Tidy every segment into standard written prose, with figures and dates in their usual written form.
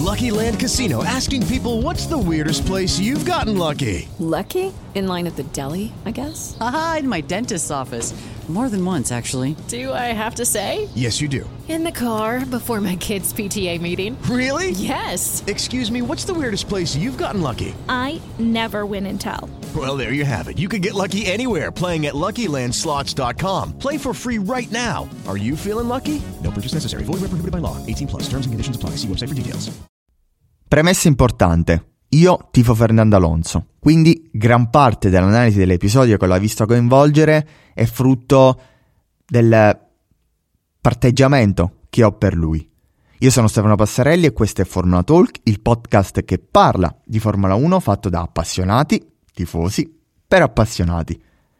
Lucky Land Casino, asking people, what's the weirdest place you've gotten lucky? Lucky? In line at the deli, I guess? Aha, in my dentist's office. More than once, actually. Do I have to say? Yes, you do. In the car before my kids' PTA meeting. Really? Yes. Excuse me, what's the weirdest place you've gotten lucky? I never win and tell. Well, there you have it. You can get lucky anywhere, playing at LuckyLandSlots.com. Play for free right now. Are you feeling lucky? No purchase necessary. Void where prohibited by law. 18+. Terms and conditions apply. See website for details. Premessa importante. Io tifo Fernando Alonso, quindi gran parte dell'analisi dell'episodio che l'ha visto coinvolgere è frutto del parteggiamento che ho per lui. Io sono Stefano Passarelli e questo è Formula Talk, il podcast che parla di Formula 1 fatto da appassionati, tifosi, per appassionati.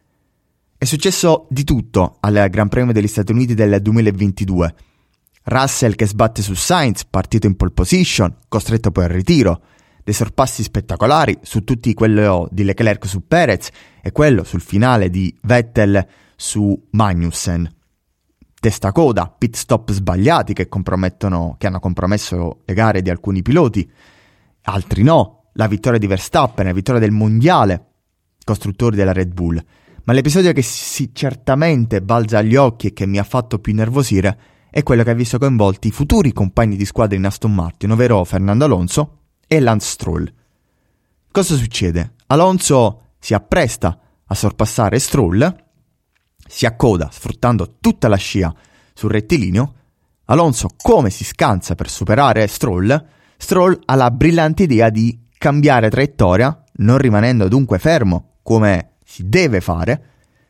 È successo di tutto al Gran Premio degli Stati Uniti del 2022. Russell che sbatte su Sainz, partito in pole position, costretto poi al ritiro. Dei sorpassi spettacolari su tutti, quello di Leclerc su Perez e quello sul finale di Vettel su Magnussen. Testacoda, pit stop sbagliati che hanno compromesso le gare di alcuni piloti, altri no, la vittoria di Verstappen, la vittoria del mondiale costruttori della Red Bull. Ma l'episodio che certamente balza agli occhi e che mi ha fatto più innervosire è quello che ha visto coinvolti i futuri compagni di squadra in Aston Martin, ovvero Fernando Alonso e Lance Stroll. Cosa succede? Alonso si appresta a sorpassare Stroll, si accoda sfruttando tutta la scia sul rettilineo. Alonso come si scansa per superare Stroll ha la brillante idea di cambiare traiettoria, non rimanendo dunque fermo come si deve fare,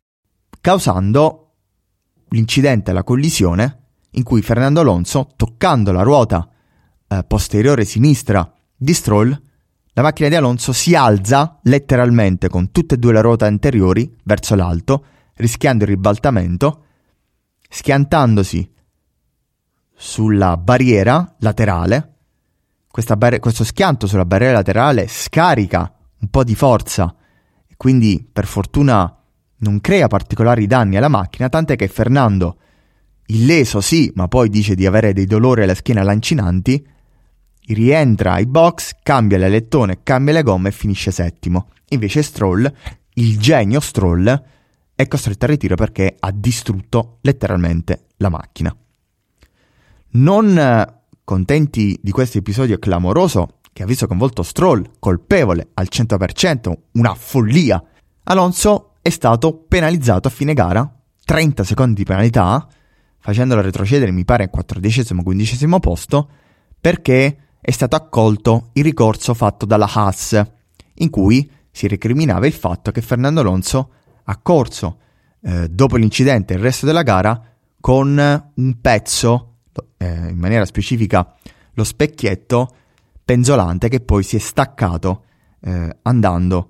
causando l'incidente, la collisione in cui Fernando Alonso, toccando la ruota posteriore sinistra di Stroll, la macchina di Alonso si alza letteralmente con tutte e due le ruote anteriori verso l'alto, rischiando il ribaltamento, schiantandosi sulla barriera laterale. Questo schianto sulla barriera laterale scarica un po' di forza e quindi per fortuna non crea particolari danni alla macchina, tant'è che Fernando, illeso sì, ma poi dice di avere dei dolori alla schiena lancinanti, rientra ai box, cambia l'alettone, cambia le gomme e finisce settimo. Invece Stroll, il genio Stroll, è costretto al ritiro perché ha distrutto letteralmente la macchina. Non contenti di questo episodio clamoroso che ha visto coinvolto Stroll, colpevole al 100%, una follia, Alonso è stato penalizzato a fine gara, 30 secondi di penalità, facendolo retrocedere mi pare in 14° 15° posto, perché è stato accolto il ricorso fatto dalla Haas, in cui si recriminava il fatto che Fernando Alonso ha corso dopo l'incidente il resto della gara con un pezzo, in maniera specifica lo specchietto penzolante, che poi si è staccato andando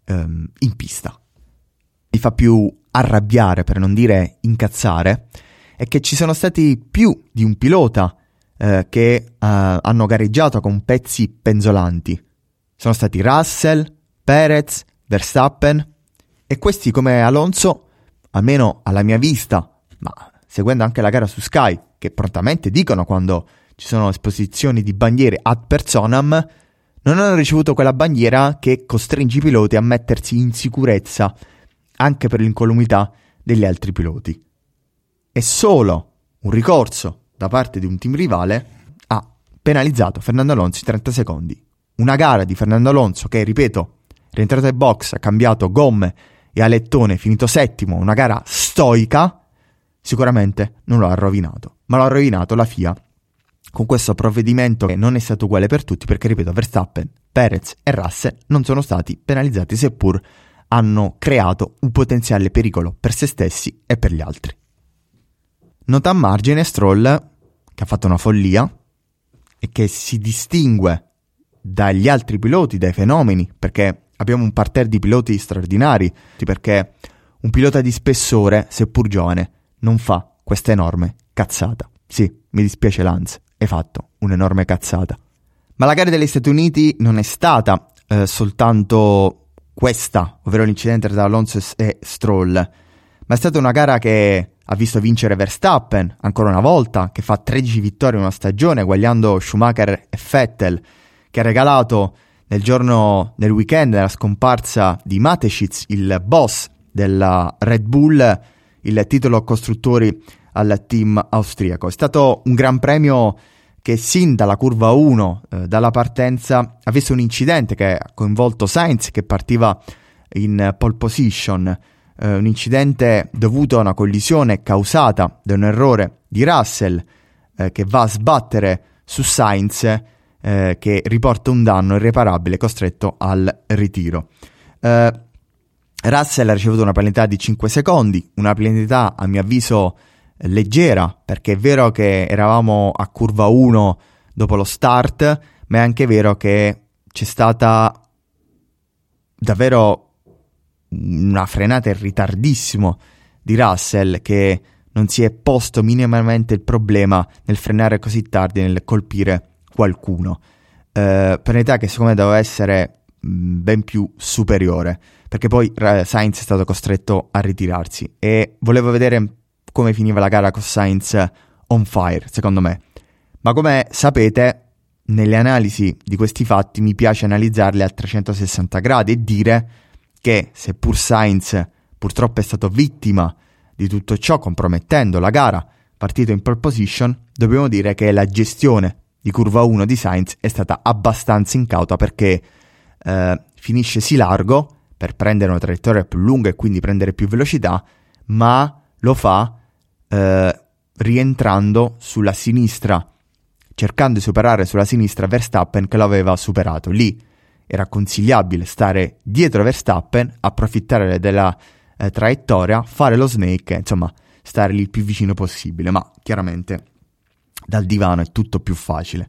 in pista. Mi fa più arrabbiare, per non dire incazzare, è che ci sono stati più di un pilota che hanno gareggiato con pezzi penzolanti. Sono stati Russell, Perez, Verstappen, e questi, come Alonso, almeno alla mia vista, ma seguendo anche la gara su Sky, che prontamente dicono quando ci sono esposizioni di bandiere ad personam, non hanno ricevuto quella bandiera che costringe i piloti a mettersi in sicurezza anche per l'incolumità degli altri piloti. E solo un ricorso da parte di un team rivale ha penalizzato Fernando Alonso in 30 secondi. Una gara di Fernando Alonso che, ripeto, è rientrato ai box, ha cambiato gomme e alettone, finito settimo, una gara stoica, sicuramente non lo ha rovinato, ma lo ha rovinato la FIA con questo provvedimento che non è stato uguale per tutti, perché, ripeto, Verstappen, Perez e Russell non sono stati penalizzati, seppur hanno creato un potenziale pericolo per se stessi e per gli altri. Nota a margine Stroll, che ha fatto una follia e che si distingue dagli altri piloti, dai fenomeni, perché abbiamo un parterre di piloti straordinari, perché un pilota di spessore, seppur giovane, non fa questa enorme cazzata. Sì, mi dispiace Lance, hai fatto un'enorme cazzata. Ma la gara degli Stati Uniti non è stata soltanto questa, ovvero l'incidente tra Alonso e Stroll, ma è stata una gara che ha visto vincere Verstappen ancora una volta, che fa 13 vittorie in una stagione, eguagliando Schumacher e Vettel, che ha regalato nel weekend della scomparsa di Mateschitz, il boss della Red Bull, il titolo costruttori al team austriaco. È stato un gran premio che sin dalla curva 1, dalla partenza, ha visto un incidente che ha coinvolto Sainz, che partiva in pole position, un incidente dovuto a una collisione causata da un errore di Russell, che va a sbattere su Sainz, che riporta un danno irreparabile, costretto al ritiro. Russell ha ricevuto una penalità di 5 secondi, una penalità a mio avviso leggera, perché è vero che eravamo a curva 1 dopo lo start, ma è anche vero che c'è stata davvero una frenata in ritardissimo di Russell, che non si è posto minimamente il problema nel frenare così tardi, nel colpire qualcuno. Penalità che secondo me doveva essere ben più superiore, perché poi Sainz è stato costretto a ritirarsi e volevo vedere come finiva la gara con Sainz on fire, secondo me. Ma come sapete, nelle analisi di questi fatti mi piace analizzarli a 360 gradi e dire che seppur Sainz purtroppo è stato vittima di tutto ciò, compromettendo la gara, partito in pole position, dobbiamo dire che la gestione di curva 1 di Sainz è stata abbastanza incauta, perché finisce sì largo per prendere una traiettoria più lunga e quindi prendere più velocità, ma lo fa rientrando sulla sinistra, cercando di superare sulla sinistra Verstappen, che lo aveva superato. Lì era consigliabile stare dietro Verstappen, approfittare della traiettoria, fare lo snake, insomma stare lì il più vicino possibile, ma chiaramente dal divano è tutto più facile.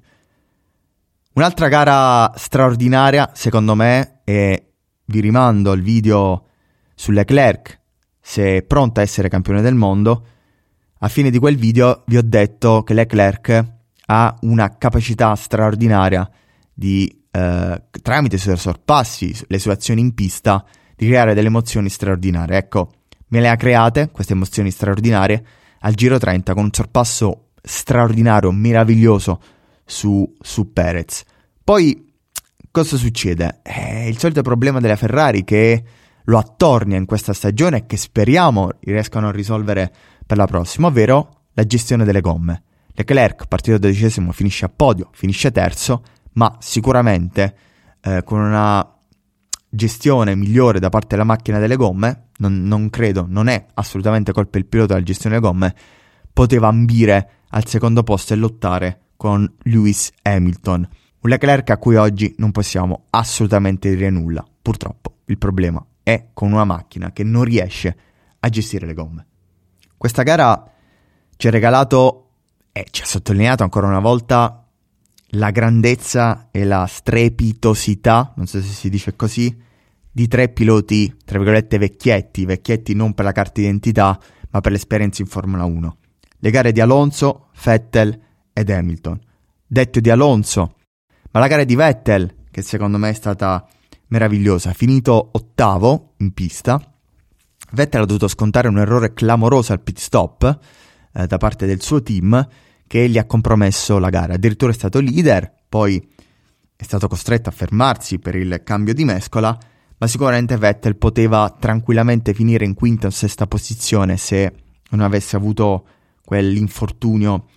Un'altra gara straordinaria secondo me, e vi rimando al video su Leclerc se è pronto a essere campione del mondo. A fine di quel video vi ho detto che Leclerc ha una capacità straordinaria di tramite i suoi sorpassi, le sue azioni in pista, di creare delle emozioni straordinarie. Ecco, me le ha create queste emozioni straordinarie al Giro 30 con un sorpasso straordinario, meraviglioso su Perez. Poi cosa succede? Il solito problema della Ferrari che lo attornia in questa stagione e che speriamo riescano a risolvere per la prossima, ovvero la gestione delle gomme. Leclerc, partito 12esimo, finisce a podio, finisce terzo, ma sicuramente con una gestione migliore da parte della macchina delle gomme, non credo, non è assolutamente colpa del pilota della gestione delle gomme, poteva ambire al secondo posto e lottare con Lewis Hamilton. Un Leclerc a cui oggi non possiamo assolutamente dire nulla. Purtroppo il problema è con una macchina che non riesce a gestire le gomme. Questa gara ci ha regalato e ci ha sottolineato ancora una volta la grandezza e la strepitosità, non so se si dice così, di tre piloti, tra virgolette, vecchietti non per la carta d'identità, ma per l'esperienza in Formula 1. Le gare di Alonso, Vettel ed Hamilton. Detto di Alonso, ma la gara di Vettel, che secondo me è stata meravigliosa, finito ottavo in pista. Vettel ha dovuto scontare un errore clamoroso al pit stop da parte del suo team, che gli ha compromesso la gara. Addirittura è stato leader, poi è stato costretto a fermarsi per il cambio di mescola, ma sicuramente Vettel poteva tranquillamente finire in quinta o sesta posizione se non avesse avuto quell'infortunio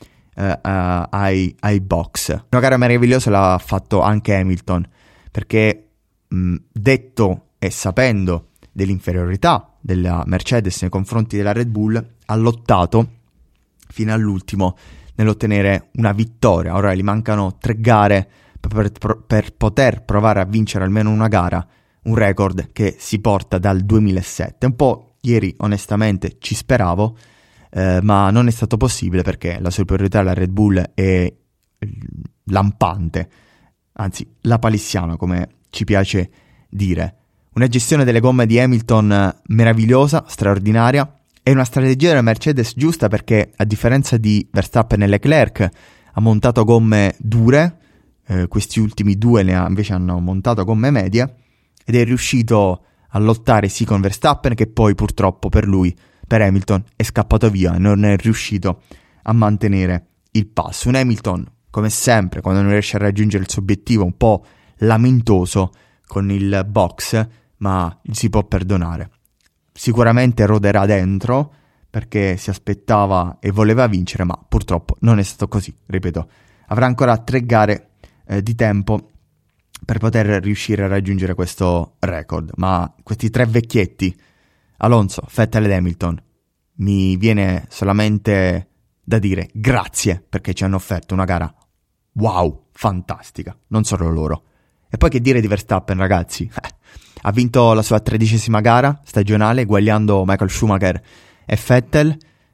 ai box. Una gara meravigliosa l'ha fatto anche Hamilton, perché detto e sapendo dell'inferiorità della Mercedes nei confronti della Red Bull, ha lottato fino all'ultimo nell'ottenere una vittoria. Ora gli mancano 3 gare per poter provare a vincere almeno una gara, un record che si porta dal 2007. Un po' ieri onestamente ci speravo, ma non è stato possibile perché la superiorità della Red Bull è lampante, anzi lapalissiana come ci piace dire. Una gestione delle gomme di Hamilton meravigliosa, straordinaria, e una strategia della Mercedes giusta, perché a differenza di Verstappen e Leclerc ha montato gomme dure, questi ultimi due invece hanno montato gomme medie, ed è riuscito a lottare sì con Verstappen, che poi purtroppo per lui per Hamilton, è scappato via e non è riuscito a mantenere il passo. Un Hamilton, come sempre, quando non riesce a raggiungere il suo obiettivo, un po' lamentoso con il box, ma gli si può perdonare. Sicuramente roderà dentro perché si aspettava e voleva vincere, ma purtroppo non è stato così. Ripeto, avrà ancora 3 gare di tempo per poter riuscire a raggiungere questo record, ma questi 3 vecchietti, Alonso, Vettel ed Hamilton, mi viene solamente da dire grazie, perché ci hanno offerto una gara wow, fantastica, non solo loro. E poi che dire di Verstappen, ragazzi? Ha vinto la sua 13ª gara stagionale, eguagliando Michael Schumacher e Vettel.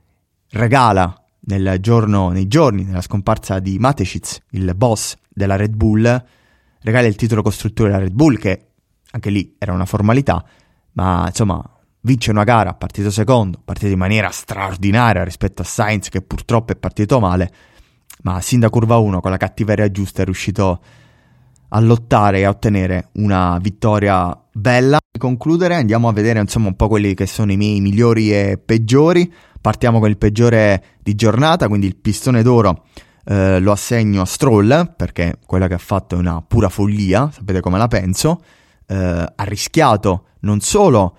Regala nei giorni della scomparsa di Mateschitz, il boss della Red Bull, regala il titolo costruttore della Red Bull, che anche lì era una formalità, ma insomma vince una gara, partito secondo, partito in maniera straordinaria rispetto a Sainz, che purtroppo è partito male, ma sin da curva 1 con la cattiveria giusta è riuscito a lottare e a ottenere una vittoria bella. Per concludere andiamo a vedere insomma un po' quelli che sono i miei migliori e peggiori. Partiamo con il peggiore di giornata, quindi il pistone d'oro lo assegno a Stroll, perché quella che ha fatto è una pura follia, sapete come la penso. Ha rischiato non solo,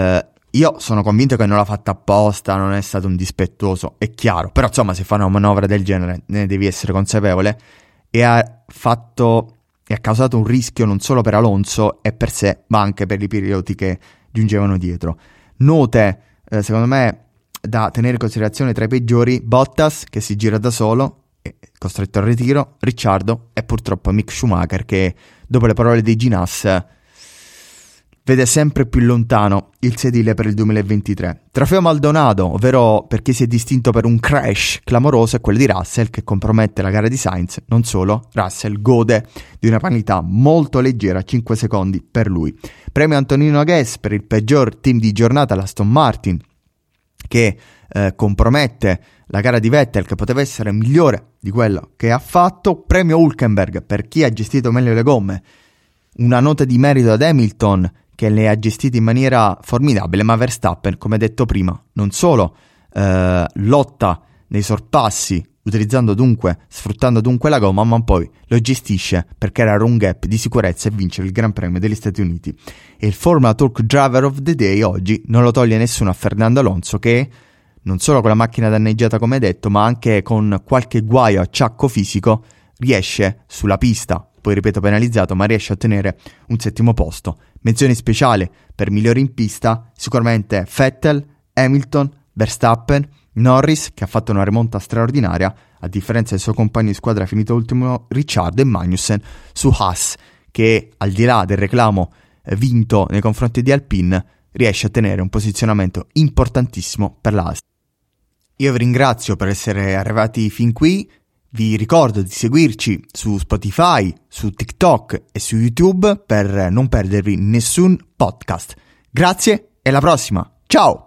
io sono convinto che non l'ha fatta apposta, non è stato un dispettoso, è chiaro, però insomma se fa una manovra del genere ne devi essere consapevole, e ha causato un rischio non solo per Alonso e per sé, ma anche per i piloti che giungevano dietro. Note, secondo me, da tenere in considerazione tra i peggiori: Bottas, che si gira da solo, è costretto al ritiro, Ricciardo e purtroppo Mick Schumacher, che dopo le parole di Ginás vede sempre più lontano il sedile per il 2023. Trofeo Maldonado, ovvero per chi si è distinto per un crash clamoroso, è quello di Russell, che compromette la gara di Sainz. Non solo, Russell gode di una penalità molto leggera, 5 secondi per lui. Premio Antonino Agues per il peggior team di giornata, l'Aston Martin, che compromette la gara di Vettel, che poteva essere migliore di quello che ha fatto. Premio Hülkenberg per chi ha gestito meglio le gomme, una nota di merito ad Hamilton, che le ha gestite in maniera formidabile, ma Verstappen, come detto prima, non solo lotta nei sorpassi, sfruttando dunque la gomma, ma poi lo gestisce per creare un gap di sicurezza e vincere il Gran Premio degli Stati Uniti. E il Formula Truck Driver of the Day oggi non lo toglie nessuno a Fernando Alonso, che non solo con la macchina danneggiata come detto, ma anche con qualche guaio, acciacco fisico, riesce sulla pista, poi ripeto penalizzato, ma riesce a ottenere un 7° posto. Menzione speciale per migliori in pista sicuramente Vettel, Hamilton, Verstappen, Norris, che ha fatto una rimonta straordinaria, a differenza del suo compagno di squadra finito ultimo Ricciardo, e Magnussen su Haas, che al di là del reclamo vinto nei confronti di Alpine riesce a tenere un posizionamento importantissimo per la Haas. Io vi ringrazio per essere arrivati fin qui. Vi ricordo di seguirci su Spotify, su TikTok e su YouTube per non perdervi nessun podcast. Grazie e alla prossima. Ciao!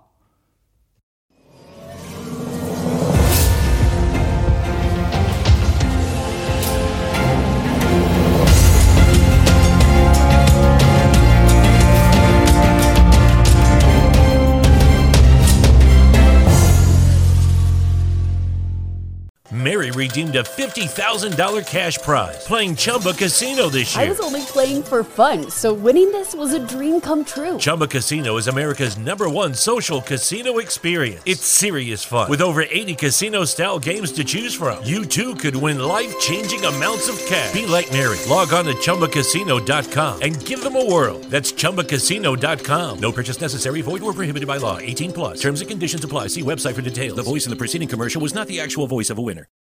Mary redeemed a $50,000 cash prize playing Chumba Casino this year. I was only playing for fun, so winning this was a dream come true. Chumba Casino is America's #1 social casino experience. It's serious fun. With over 80 casino-style games to choose from, you too could win life-changing amounts of cash. Be like Mary. Log on to ChumbaCasino.com and give them a whirl. That's ChumbaCasino.com. No purchase necessary. Void where prohibited by law. 18+. Terms and conditions apply. See website for details. The voice in the preceding commercial was not the actual voice of a winner.